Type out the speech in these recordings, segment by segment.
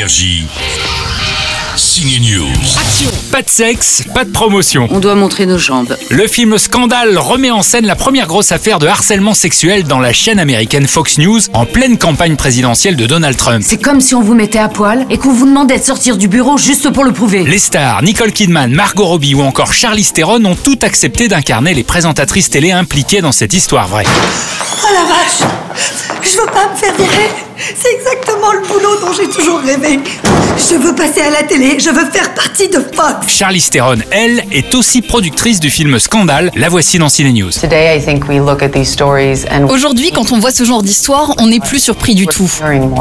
Énergie. Signe News. Action. Pas de sexe, pas de promotion. On doit montrer nos jambes. Le film Scandale remet en scène la première grosse affaire de harcèlement sexuel dans la chaîne américaine Fox News en pleine campagne présidentielle de Donald Trump. C'est comme si on vous mettait à poil et qu'on vous demandait de sortir du bureau juste pour le prouver. Les stars Nicole Kidman, Margot Robbie ou encore Charlize Theron ont toutes accepté d'incarner les présentatrices télé impliquées dans cette histoire vraie. Oh la vache! Je veux pas me faire virer. C'est exactement le boulot dont j'ai toujours rêvé. Je veux passer à la télé, je veux faire partie de Fox. Charlize Theron, elle, est aussi productrice du film Scandale. La voici dans Ciné News. Aujourd'hui, quand on voit ce genre d'histoire, on n'est plus surpris du tout.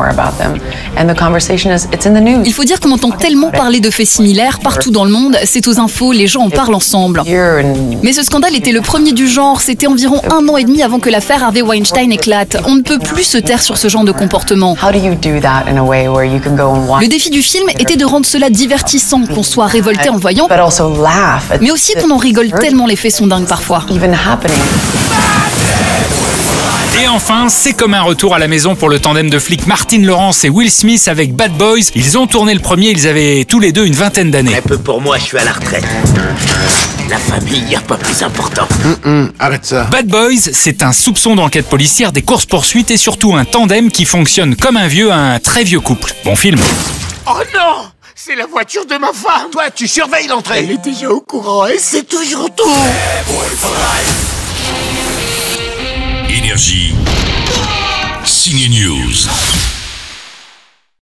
Il faut dire qu'on entend tellement parler de faits similaires partout dans le monde, c'est aux infos, les gens en parlent ensemble. Mais ce scandale était le premier du genre, c'était environ 1 an et demi avant que l'affaire Harvey Weinstein éclate. On ne peut plus se taire sur ce genre de comportement. Le défi du film était de rendre cela divertissant, qu'on soit révolté en le voyant, mais aussi qu'on en rigole tellement les faits sont dingues parfois. Et enfin, c'est comme un retour à la maison pour le tandem de flics Martin Lawrence et Will Smith avec Bad Boys. Ils ont tourné le premier, ils avaient tous les deux une vingtaine d'années. Un peu pour moi, je suis à la retraite. La famille, y a pas plus important. Arrête ça. Bad Boys, c'est un soupçon d'enquête policière, des courses-poursuites et surtout un tandem qui fonctionne comme un très vieux couple. Bon film. Oh non! C'est la voiture de ma femme! Toi, tu surveilles l'entrée. Elle est déjà au courant et c'est toujours tout! Énergie. Signe News.